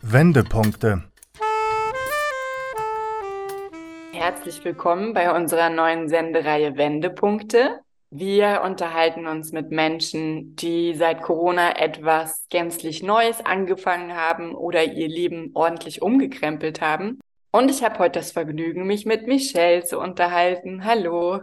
Wendepunkte. Herzlich willkommen bei unserer neuen Sendereihe Wendepunkte. Wir unterhalten uns mit Menschen, die seit Corona etwas gänzlich Neues angefangen haben oder ihr Leben ordentlich umgekrempelt haben. Und ich habe heute das Vergnügen, mich mit Michelle zu unterhalten. Hallo.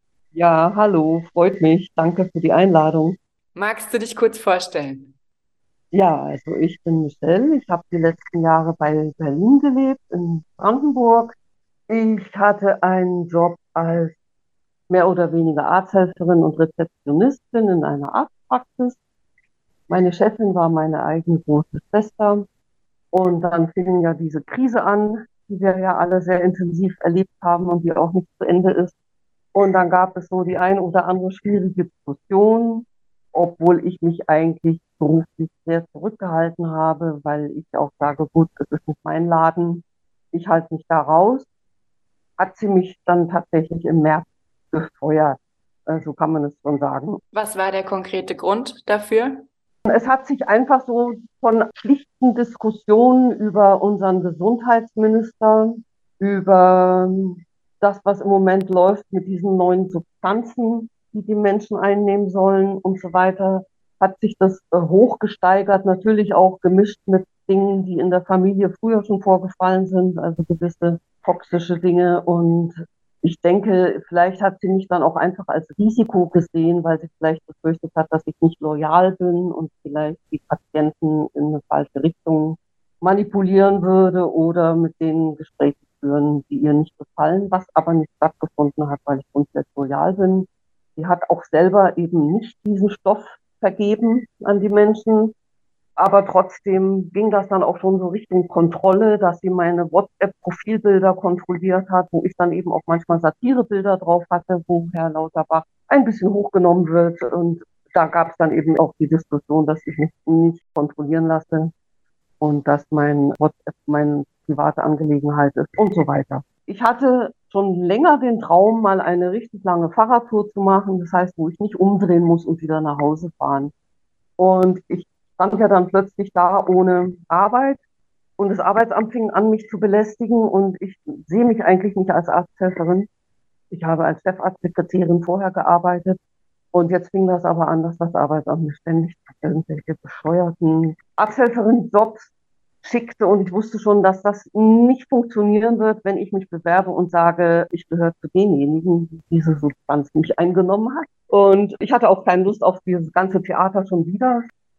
Ja, hallo, freut mich. Danke für die Einladung. Magst du dich kurz vorstellen? Ja, also ich bin Michelle. Ich habe die letzten Jahre bei Berlin gelebt, in Brandenburg. Ich hatte einen Job als mehr oder weniger Arzthelferin und Rezeptionistin in einer Arztpraxis. Meine Chefin war meine eigene große Schwester. Und dann fing ja diese Krise an, die wir ja alle sehr intensiv erlebt haben und die auch nicht zu Ende ist. Und dann gab es so die ein oder andere schwierige Diskussion, obwohl ich mich eigentlich beruflich sehr zurückgehalten habe, weil ich auch sage, gut, das ist nicht mein Laden, ich halte mich da raus. Hat sie mich dann tatsächlich im März gefeuert. So kann man es schon sagen. Was war der konkrete Grund dafür? Es hat sich einfach so von schlichten Diskussionen über unseren Gesundheitsminister, über das, was im Moment läuft mit diesen neuen Substanzen, die die Menschen einnehmen sollen und so weiter, hat sich das hochgesteigert, natürlich auch gemischt mit Dingen, die in der Familie früher schon vorgefallen sind, also gewisse toxische Dinge. Und ich denke, vielleicht hat sie mich dann auch einfach als Risiko gesehen, weil sie vielleicht befürchtet hat, dass ich nicht loyal bin und vielleicht die Patienten in eine falsche Richtung manipulieren würde oder mit denen Gespräche führen, die ihr nicht gefallen, was aber nicht stattgefunden hat, weil ich komplett loyal bin. Sie hat auch selber eben nicht diesen Stoff vergeben an die Menschen. Aber trotzdem ging das dann auch schon so Richtung Kontrolle, dass sie meine WhatsApp-Profilbilder kontrolliert hat, wo ich dann eben auch manchmal Satirebilder drauf hatte, wo Herr Lauterbach ein bisschen hochgenommen wird. Und da gab es dann eben auch die Diskussion, dass ich mich nicht kontrollieren lasse und dass mein WhatsApp meine private Angelegenheit ist und so weiter. Ich hatte schon länger den Traum, mal eine richtig lange Fahrradtour zu machen, das heißt, wo ich nicht umdrehen muss und wieder nach Hause fahren. Und ich stand ja dann plötzlich da ohne Arbeit und das Arbeitsamt fing an, mich zu belästigen und ich sehe mich eigentlich nicht als Arzthelferin. Ich habe als Chefarztsekretärin vorher gearbeitet und jetzt fing das aber an, dass das Arbeitsamt mir ständig irgendwelche bescheuerten Arzthelferin-Jobs schickte und ich wusste schon, dass das nicht funktionieren wird, wenn ich mich bewerbe und sage, ich gehöre zu denjenigen, die diese Substanz nicht eingenommen hat. Und ich hatte auch keine Lust auf dieses ganze Theater schon wieder.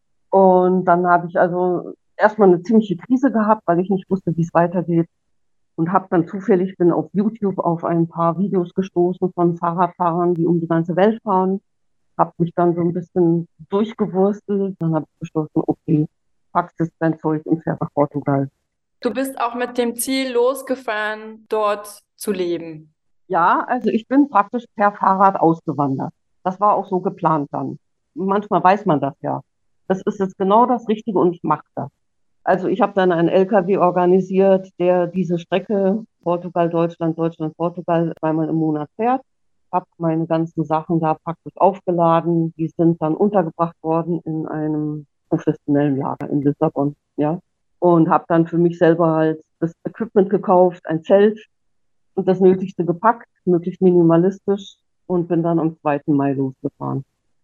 Und dann habe ich also erstmal eine ziemliche Krise gehabt, weil ich nicht wusste, wie es weitergeht. Und habe dann zufällig, bin auf YouTube auf ein paar Videos gestoßen von Fahrradfahrern, die um die ganze Welt fahren. Habe mich dann so ein bisschen durchgewurstelt. Dann habe ich beschlossen, okay, packst jetzt dein Zeug und fährst nach Portugal. Du bist auch mit dem Ziel losgefahren, dort zu leben. Ja, also ich bin praktisch per Fahrrad ausgewandert. Das war auch so geplant dann. Manchmal weiß man das ja. Das ist jetzt genau das Richtige und ich mache das. Also ich habe dann einen LKW organisiert, der diese Strecke Portugal, Deutschland, Deutschland, Portugal zweimal im Monat fährt. Habe meine ganzen Sachen da praktisch aufgeladen. Die sind dann untergebracht worden in einem professionellen Lager in Lissabon. Ja. Und habe dann für mich selber halt das Equipment gekauft, ein Zelt und das Nötigste gepackt, möglichst minimalistisch und bin dann am 2. Mai losgefahren.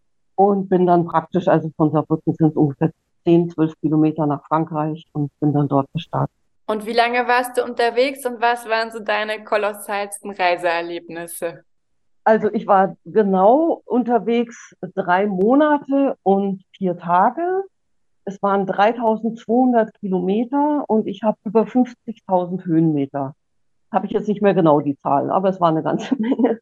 Und bin dann praktisch, also von Saarbrücken sind es ungefähr 10, 12 Kilometer nach Frankreich und bin dann dort gestartet. Und wie lange warst du unterwegs und was waren so deine kolossalsten Reiseerlebnisse? Also ich war genau unterwegs 3 Monate und 4 Tage. Es waren 3200 Kilometer und ich habe über 50.000 Höhenmeter. Habe ich jetzt nicht mehr genau die Zahlen, aber es war eine ganze Menge.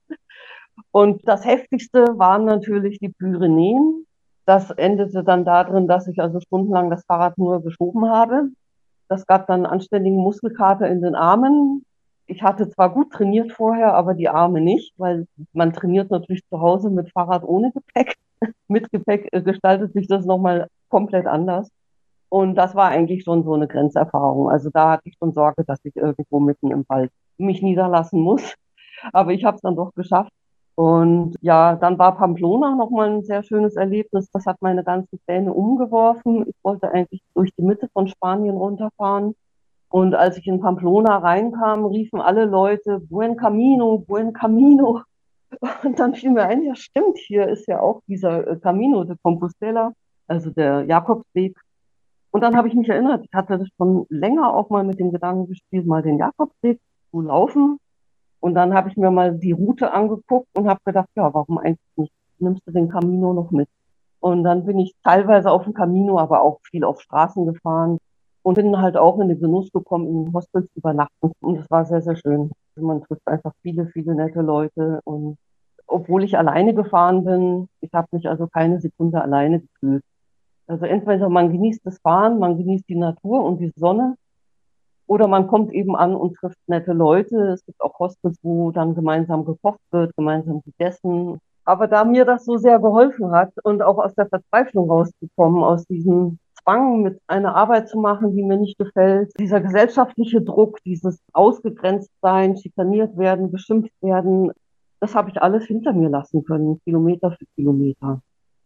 Und das Heftigste waren natürlich die Pyrenäen. Das endete dann darin, dass ich also stundenlang das Fahrrad nur geschoben habe. Das gab dann einen anständigen Muskelkater in den Armen. Ich hatte zwar gut trainiert vorher, aber die Arme nicht, weil man trainiert natürlich zu Hause mit Fahrrad ohne Gepäck. Mit Gepäck gestaltet sich das nochmal komplett anders. Und das war eigentlich schon so eine Grenzerfahrung. Also da hatte ich schon Sorge, dass ich irgendwo mitten im Wald mich niederlassen muss. Aber ich habe es dann doch geschafft. Und ja, dann war Pamplona nochmal ein sehr schönes Erlebnis. Das hat meine ganzen Pläne umgeworfen. Ich wollte eigentlich durch die Mitte von Spanien runterfahren. Und als ich in Pamplona reinkam, riefen alle Leute Buen Camino, Buen Camino. Und dann fiel mir ein, ja stimmt, hier ist ja auch dieser Camino de Compostela, also der Jakobsweg. Und dann habe ich mich erinnert, ich hatte das schon länger auch mal mit dem Gedanken gespielt, mal den Jakobsweg zu laufen. Und dann habe ich mir mal die Route angeguckt und habe gedacht, ja, warum eigentlich nicht? Nimmst du den Camino noch mit? Und dann bin ich teilweise auf dem Camino, aber auch viel auf Straßen gefahren und bin halt auch in den Genuss gekommen, in Hostels zu übernachten. Und es war sehr, sehr schön. Also man trifft einfach viele, viele nette Leute. Und obwohl ich alleine gefahren bin, ich habe mich also keine Sekunde alleine gefühlt. Also entweder man genießt das Fahren, man genießt die Natur und die Sonne, oder man kommt eben an und trifft nette Leute. Es gibt auch Hostels, wo dann gemeinsam gekocht wird, gemeinsam gegessen. Aber da mir das so sehr geholfen hat und auch aus der Verzweiflung rauszukommen, aus diesem Zwang, mit einer Arbeit zu machen, die mir nicht gefällt, dieser gesellschaftliche Druck, dieses Ausgegrenztsein, schikaniert werden, beschimpft werden, das habe ich alles hinter mir lassen können, Kilometer für Kilometer.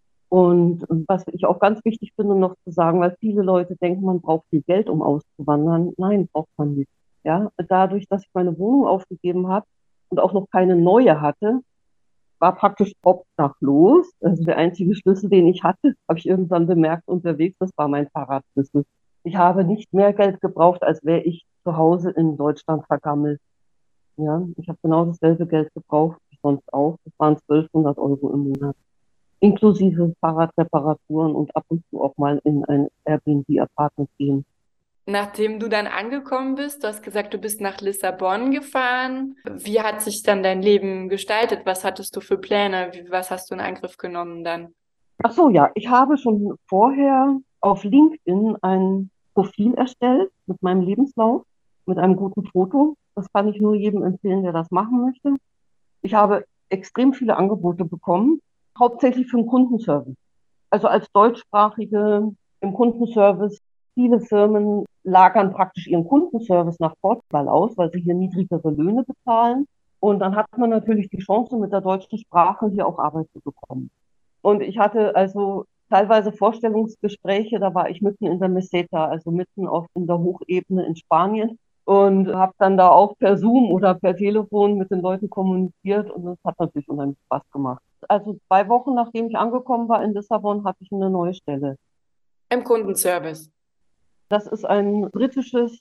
Und was ich auch ganz wichtig finde, noch zu sagen, weil viele Leute denken, man braucht viel Geld, um auszuwandern. Nein, braucht man nicht. Ja, dadurch, dass ich meine Wohnung aufgegeben habe und auch noch keine neue hatte, war praktisch obdachlos. Also der einzige Schlüssel, den ich hatte, habe ich irgendwann bemerkt unterwegs, das war mein Fahrradschlüssel. Ich habe nicht mehr Geld gebraucht, als wäre ich zu Hause in Deutschland vergammelt. Ja, ich habe genau dasselbe Geld gebraucht wie sonst auch. Das waren 1.200 € im Monat, inklusive Fahrradreparaturen und ab und zu auch mal in ein Airbnb-Apartment gehen. Nachdem du dann angekommen bist, du hast gesagt, du bist nach Lissabon gefahren. Wie hat sich dann dein Leben gestaltet? Was hattest du für Pläne? Was hast du in Angriff genommen dann? Ach so, ja, ich habe schon vorher auf LinkedIn ein Profil erstellt mit meinem Lebenslauf, mit einem guten Foto. Das kann ich nur jedem empfehlen, der das machen möchte. Ich habe extrem viele Angebote bekommen, hauptsächlich für den Kundenservice. Also als Deutschsprachige im Kundenservice. Viele Firmen lagern praktisch ihren Kundenservice nach Portugal aus, weil sie hier niedrigere Löhne bezahlen. Und dann hat man natürlich die Chance, mit der deutschen Sprache hier auch Arbeit zu bekommen. Und ich hatte also teilweise Vorstellungsgespräche, da war ich mitten in der Meseta, also mitten in der Hochebene in Spanien und habe dann da auch per Zoom oder per Telefon mit den Leuten kommuniziert und das hat natürlich unheimlich Spaß gemacht. Also 2 Wochen, nachdem ich angekommen war in Lissabon, hatte ich eine neue Stelle. Im Kundenservice. Das ist ein britisches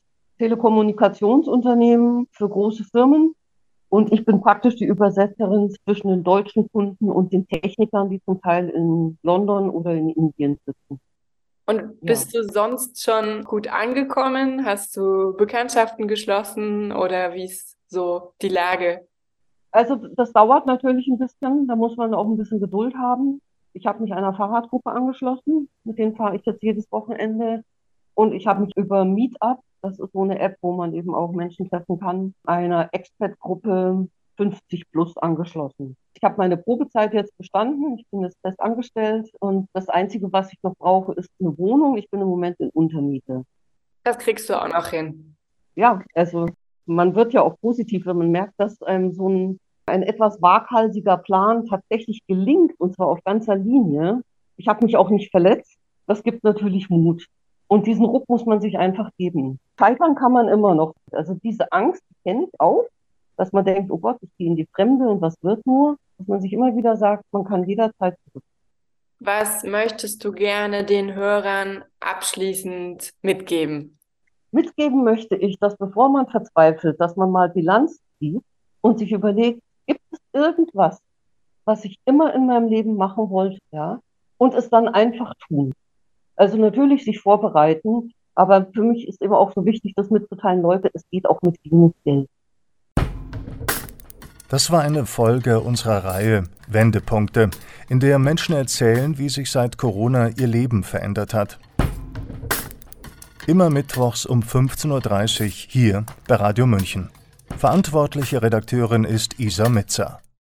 Telekommunikationsunternehmen für große Firmen. Und ich bin praktisch die Übersetzerin zwischen den deutschen Kunden und den Technikern, die zum Teil in London oder in Indien sitzen. Und Ja. bist du sonst schon gut angekommen? Hast du Bekanntschaften geschlossen oder wie ist so die Lage? Also das dauert natürlich ein bisschen, da muss man auch ein bisschen Geduld haben. Ich habe mich einer Fahrradgruppe angeschlossen, mit denen fahre ich jetzt jedes Wochenende. Und ich habe mich über Meetup, das ist so eine App, wo man eben auch Menschen treffen kann, einer Expat-Gruppe 50 plus angeschlossen. Ich habe meine Probezeit jetzt bestanden, ich bin jetzt fest angestellt und das Einzige, was ich noch brauche, ist eine Wohnung. Ich bin im Moment in Untermiete. Das kriegst du auch noch hin. Ja, also man wird ja auch positiv, wenn man merkt, dass einem so ein etwas waghalsiger Plan tatsächlich gelingt, und zwar auf ganzer Linie. Ich habe mich auch nicht verletzt. Das gibt natürlich Mut. Und diesen Ruck muss man sich einfach geben. Scheitern kann man immer noch. Also diese Angst kenne ich auch, dass man denkt, oh Gott, ich gehe in die Fremde und was wird nur? Dass man sich immer wieder sagt, man kann jederzeit zurück. Was möchtest du gerne den Hörern abschließend mitgeben? Mitgeben möchte ich, dass bevor man verzweifelt, dass man mal Bilanz zieht und sich überlegt, gibt es irgendwas, was ich immer in meinem Leben machen wollte, ja, und es dann einfach tun. Also natürlich sich vorbereiten, aber für mich ist immer auch so wichtig, das mitzuteilen, Leute, es geht auch mit wenig Geld. Das war eine Folge unserer Reihe Wendepunkte, in der Menschen erzählen, wie sich seit Corona ihr Leben verändert hat. Immer mittwochs um 15:30 Uhr hier bei Radio München. Verantwortliche Redakteurin ist Isa Metzer.